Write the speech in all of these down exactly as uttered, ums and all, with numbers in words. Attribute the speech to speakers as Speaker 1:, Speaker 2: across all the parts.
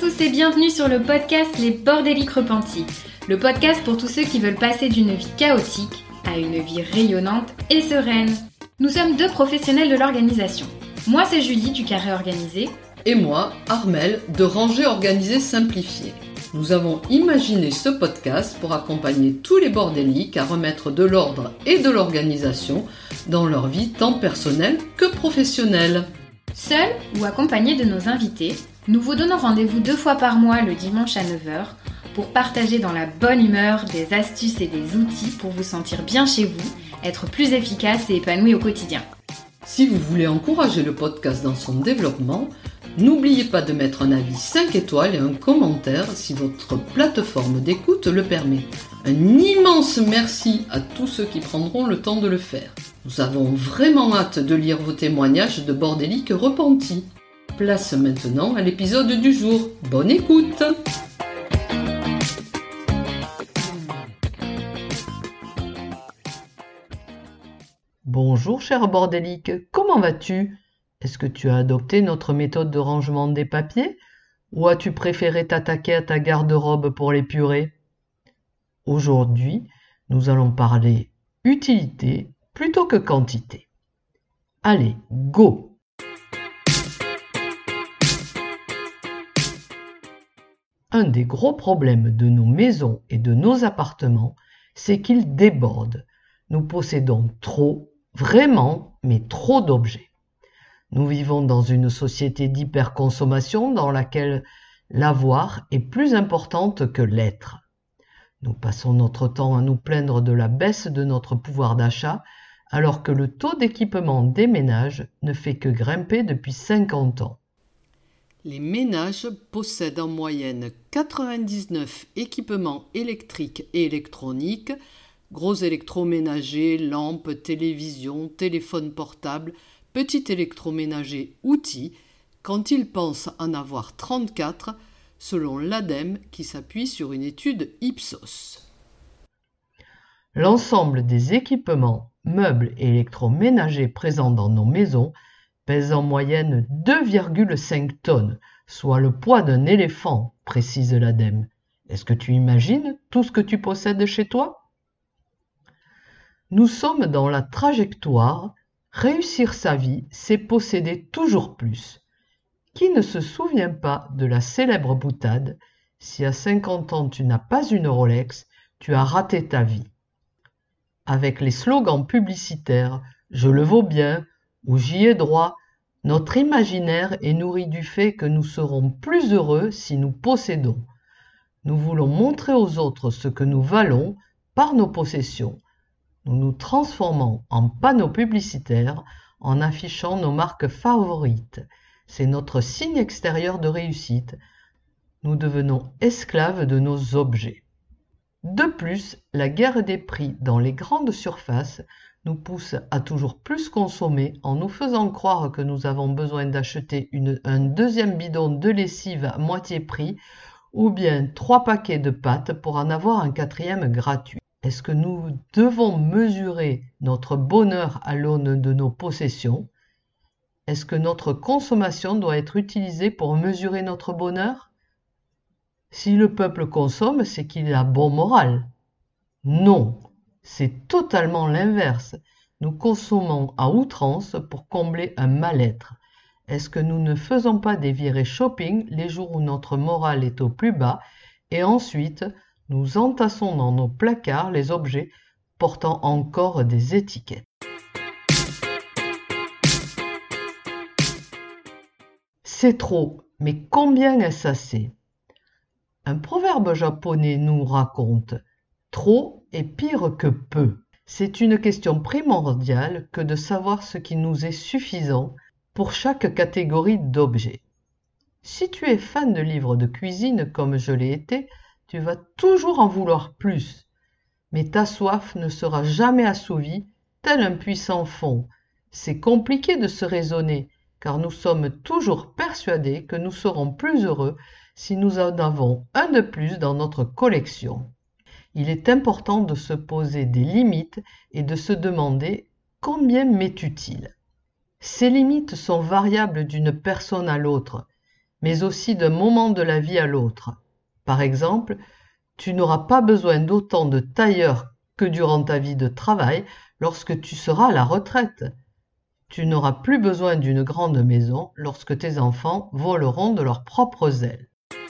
Speaker 1: tous et bienvenue sur le podcast Les Bordéliques Repentis, le podcast pour tous ceux qui veulent passer d'une vie chaotique à une vie rayonnante et sereine. Nous sommes deux professionnels de l'organisation. Moi c'est Julie du Carré Organisé.
Speaker 2: Et moi, Armelle, de Rangée Organisée Simplifiée. Nous avons imaginé ce podcast pour accompagner tous les bordéliques à remettre de l'ordre et de l'organisation dans leur vie tant personnelle que professionnelle.
Speaker 1: Seuls ou accompagnés de nos invités, nous vous donnons rendez-vous deux fois par mois le dimanche à neuf heures pour partager dans la bonne humeur des astuces et des outils pour vous sentir bien chez vous, être plus efficace et épanoui au quotidien.
Speaker 2: Si vous voulez encourager le podcast dans son développement, n'oubliez pas de mettre un avis cinq étoiles et un commentaire si votre plateforme d'écoute le permet. Un immense merci à tous ceux qui prendront le temps de le faire. Nous avons vraiment hâte de lire vos témoignages de bordéliques repentis. Place maintenant à l'épisode du jour. Bonne écoute!
Speaker 3: Bonjour cher bordélique, comment vas-tu? Est-ce que tu as adopté notre méthode de rangement des papiers ou as-tu préféré t'attaquer à ta garde-robe pour l'épurer? Aujourd'hui, nous allons parler utilité plutôt que quantité. Allez, go! Un des gros problèmes de nos maisons et de nos appartements, c'est qu'ils débordent. Nous possédons trop, vraiment, mais trop d'objets. Nous vivons dans une société d'hyperconsommation dans laquelle l'avoir est plus importante que l'être. Nous passons notre temps à nous plaindre de la baisse de notre pouvoir d'achat, alors que le taux d'équipement des ménages ne fait que grimper depuis cinquante ans.
Speaker 2: Les ménages possèdent en moyenne quatre-vingt-dix-neuf équipements électriques et électroniques, gros électroménagers, lampes, télévisions, téléphones portables, petits électroménagers, outils, quand ils pensent en avoir trente-quatre, selon l'ADEME qui s'appuie sur une étude Ipsos.
Speaker 3: L'ensemble des équipements, meubles et électroménagers présents dans nos maisons pèse en moyenne deux virgule cinq tonnes, soit le poids d'un éléphant, précise l'ADEME. Est-ce que tu imagines tout ce que tu possèdes chez toi? Nous sommes dans la trajectoire. Réussir sa vie, c'est posséder toujours plus. Qui ne se souvient pas de la célèbre boutade « Si à cinquante ans tu n'as pas une Rolex, tu as raté ta vie ». Avec les slogans publicitaires « Je le vaux bien » ou « J'y ai droit », notre imaginaire est nourri du fait que nous serons plus heureux si nous possédons. Nous voulons montrer aux autres ce que nous valons par nos possessions. Nous nous transformons en panneaux publicitaires en affichant nos marques favorites. C'est notre signe extérieur de réussite. Nous devenons esclaves de nos objets. De plus, la guerre des prix dans les grandes surfaces nous pousse à toujours plus consommer en nous faisant croire que nous avons besoin d'acheter une, un deuxième bidon de lessive à moitié prix ou bien trois paquets de pâtes pour en avoir un quatrième gratuit. Est-ce que nous devons mesurer notre bonheur à l'aune de nos possessions? Est-ce que notre consommation doit être utilisée pour mesurer notre bonheur? Si le peuple consomme, c'est qu'il a bon moral. Non, c'est totalement l'inverse. Nous consommons à outrance pour combler un mal-être. Est-ce que nous ne faisons pas des virées shopping les jours où notre morale est au plus bas et ensuite nous entassons dans nos placards les objets portant encore des étiquettes? C'est trop, mais combien est-ce assez? Un proverbe japonais nous raconte « Trop est pire que peu ». C'est une question primordiale que de savoir ce qui nous est suffisant pour chaque catégorie d'objets. Si tu es fan de livres de cuisine comme je l'ai été, tu vas toujours en vouloir plus. Mais ta soif ne sera jamais assouvie, tel un puissant fond. C'est compliqué de se raisonner, car nous sommes toujours persuadés que nous serons plus heureux si nous en avons un de plus dans notre collection. Il est important de se poser des limites et de se demander combien m'est utile. Ces limites sont variables d'une personne à l'autre. mais aussi d'un moment de la vie à l'autre. Par exemple, tu n'auras pas besoin d'autant de tailleurs que durant ta vie de travail lorsque tu seras à la retraite. Tu n'auras plus besoin d'une grande maison lorsque tes enfants voleront de leurs propres ailes.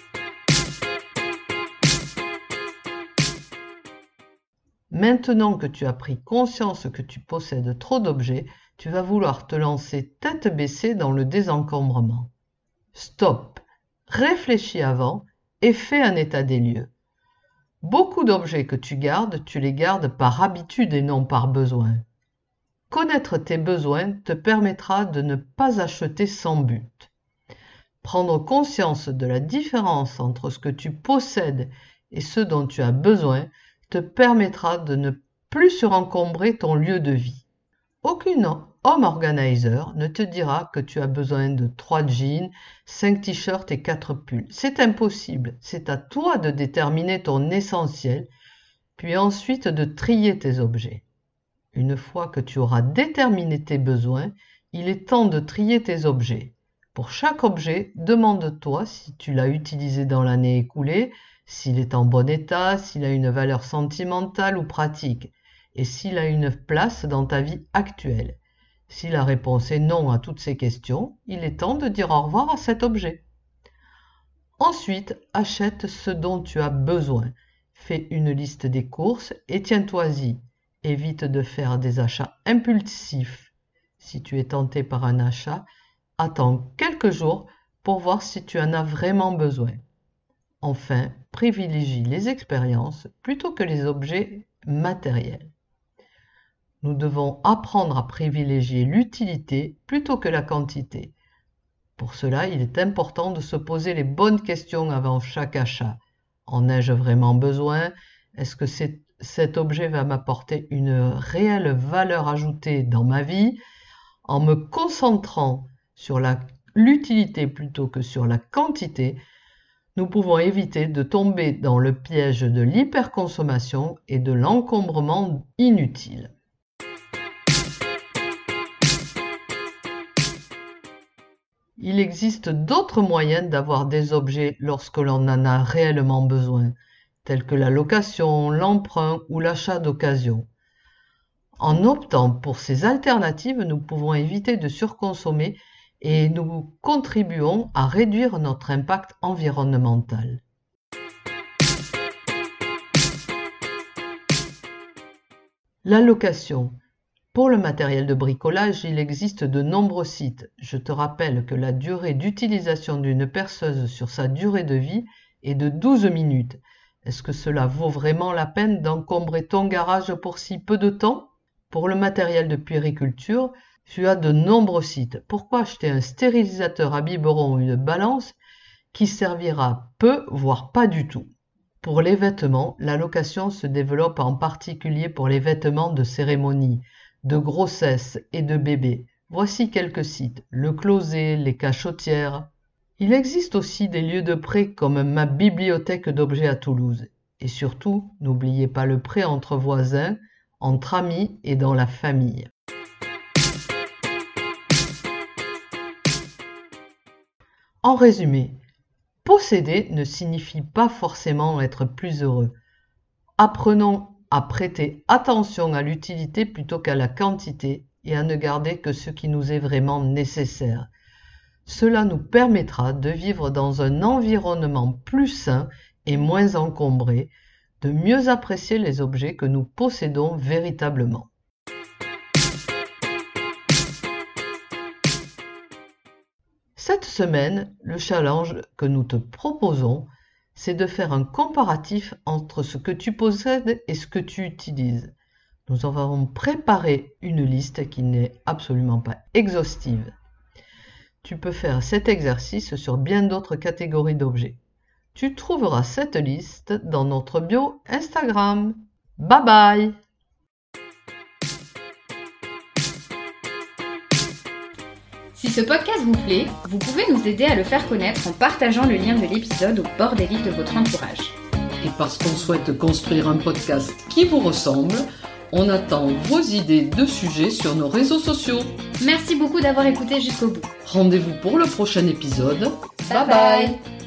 Speaker 3: Maintenant que tu as pris conscience que tu possèdes trop d'objets, tu vas vouloir te lancer tête baissée dans le désencombrement. Stop, réfléchis avant et fais un état des lieux. Beaucoup d'objets que tu gardes, tu les gardes par habitude et non par besoin. Connaître tes besoins te permettra de ne pas acheter sans but. Prendre conscience de la différence entre ce que tu possèdes et ce dont tu as besoin te permettra de ne plus surencombrer ton lieu de vie. Aucune home organizer ne te dira que tu as besoin de trois jeans, cinq t-shirts et quatre pulls. C'est impossible. C'est à toi de déterminer ton essentiel, puis ensuite de trier tes objets. Une fois que tu auras déterminé tes besoins, il est temps de trier tes objets. Pour chaque objet, demande-toi si tu l'as utilisé dans l'année écoulée, s'il est en bon état, s'il a une valeur sentimentale ou pratique, et s'il a une place dans ta vie actuelle. Si la réponse est non à toutes ces questions, il est temps de dire au revoir à cet objet. Ensuite, achète ce dont tu as besoin. Fais une liste des courses et tiens-toi-y. Évite de faire des achats impulsifs. Si tu es tenté par un achat, attends quelques jours pour voir si tu en as vraiment besoin. Enfin, privilégie les expériences plutôt que les objets matériels. Nous devons apprendre à privilégier l'utilité plutôt que la quantité. Pour cela, il est important de se poser les bonnes questions avant chaque achat. En ai-je vraiment besoin? Est-ce que c'est, cet objet va m'apporter une réelle valeur ajoutée dans ma vie? En me concentrant sur la, l'utilité plutôt que sur la quantité, nous pouvons éviter de tomber dans le piège de l'hyperconsommation et de l'encombrement inutile. Il existe d'autres moyens d'avoir des objets lorsque l'on en a réellement besoin, tels que la location, l'emprunt ou l'achat d'occasion. En optant pour ces alternatives, nous pouvons éviter de surconsommer et nous contribuons à réduire notre impact environnemental. La location. Pour le matériel de bricolage, il existe de nombreux sites. Je te rappelle que la durée d'utilisation d'une perceuse sur sa durée de vie est de douze minutes. Est-ce que cela vaut vraiment la peine d'encombrer ton garage pour si peu de temps? Pour le matériel de puériculture, tu as de nombreux sites. Pourquoi acheter un stérilisateur à biberon ou une balance qui servira peu, voire pas du tout? Pour les vêtements, la location se développe en particulier pour les vêtements de cérémonie, de grossesse et de bébé. Voici quelques sites, le Closet, les Cachotières. Il existe aussi des lieux de prêt comme ma bibliothèque d'objets à Toulouse. Et surtout, n'oubliez pas le prêt entre voisins, entre amis et dans la famille. En résumé, posséder ne signifie pas forcément être plus heureux. Apprenons à prêter attention à l'utilité plutôt qu'à la quantité et à ne garder que ce qui nous est vraiment nécessaire. Cela nous permettra de vivre dans un environnement plus sain et moins encombré, de mieux apprécier les objets que nous possédons véritablement. Cette semaine, le challenge que nous te proposons, c'est de faire un comparatif entre ce que tu possèdes et ce que tu utilises. Nous avons préparé une liste qui n'est absolument pas exhaustive. Tu peux faire cet exercice sur bien d'autres catégories d'objets. Tu trouveras cette liste dans notre bio Instagram. Bye bye!
Speaker 1: Si ce podcast vous plaît, vous pouvez nous aider à le faire connaître en partageant le lien de l'épisode au bord des livres de votre entourage.
Speaker 2: Et parce qu'on souhaite construire un podcast qui vous ressemble, on attend vos idées de sujets sur nos réseaux sociaux.
Speaker 1: Merci beaucoup d'avoir écouté jusqu'au bout.
Speaker 2: Rendez-vous pour le prochain épisode. Bye bye.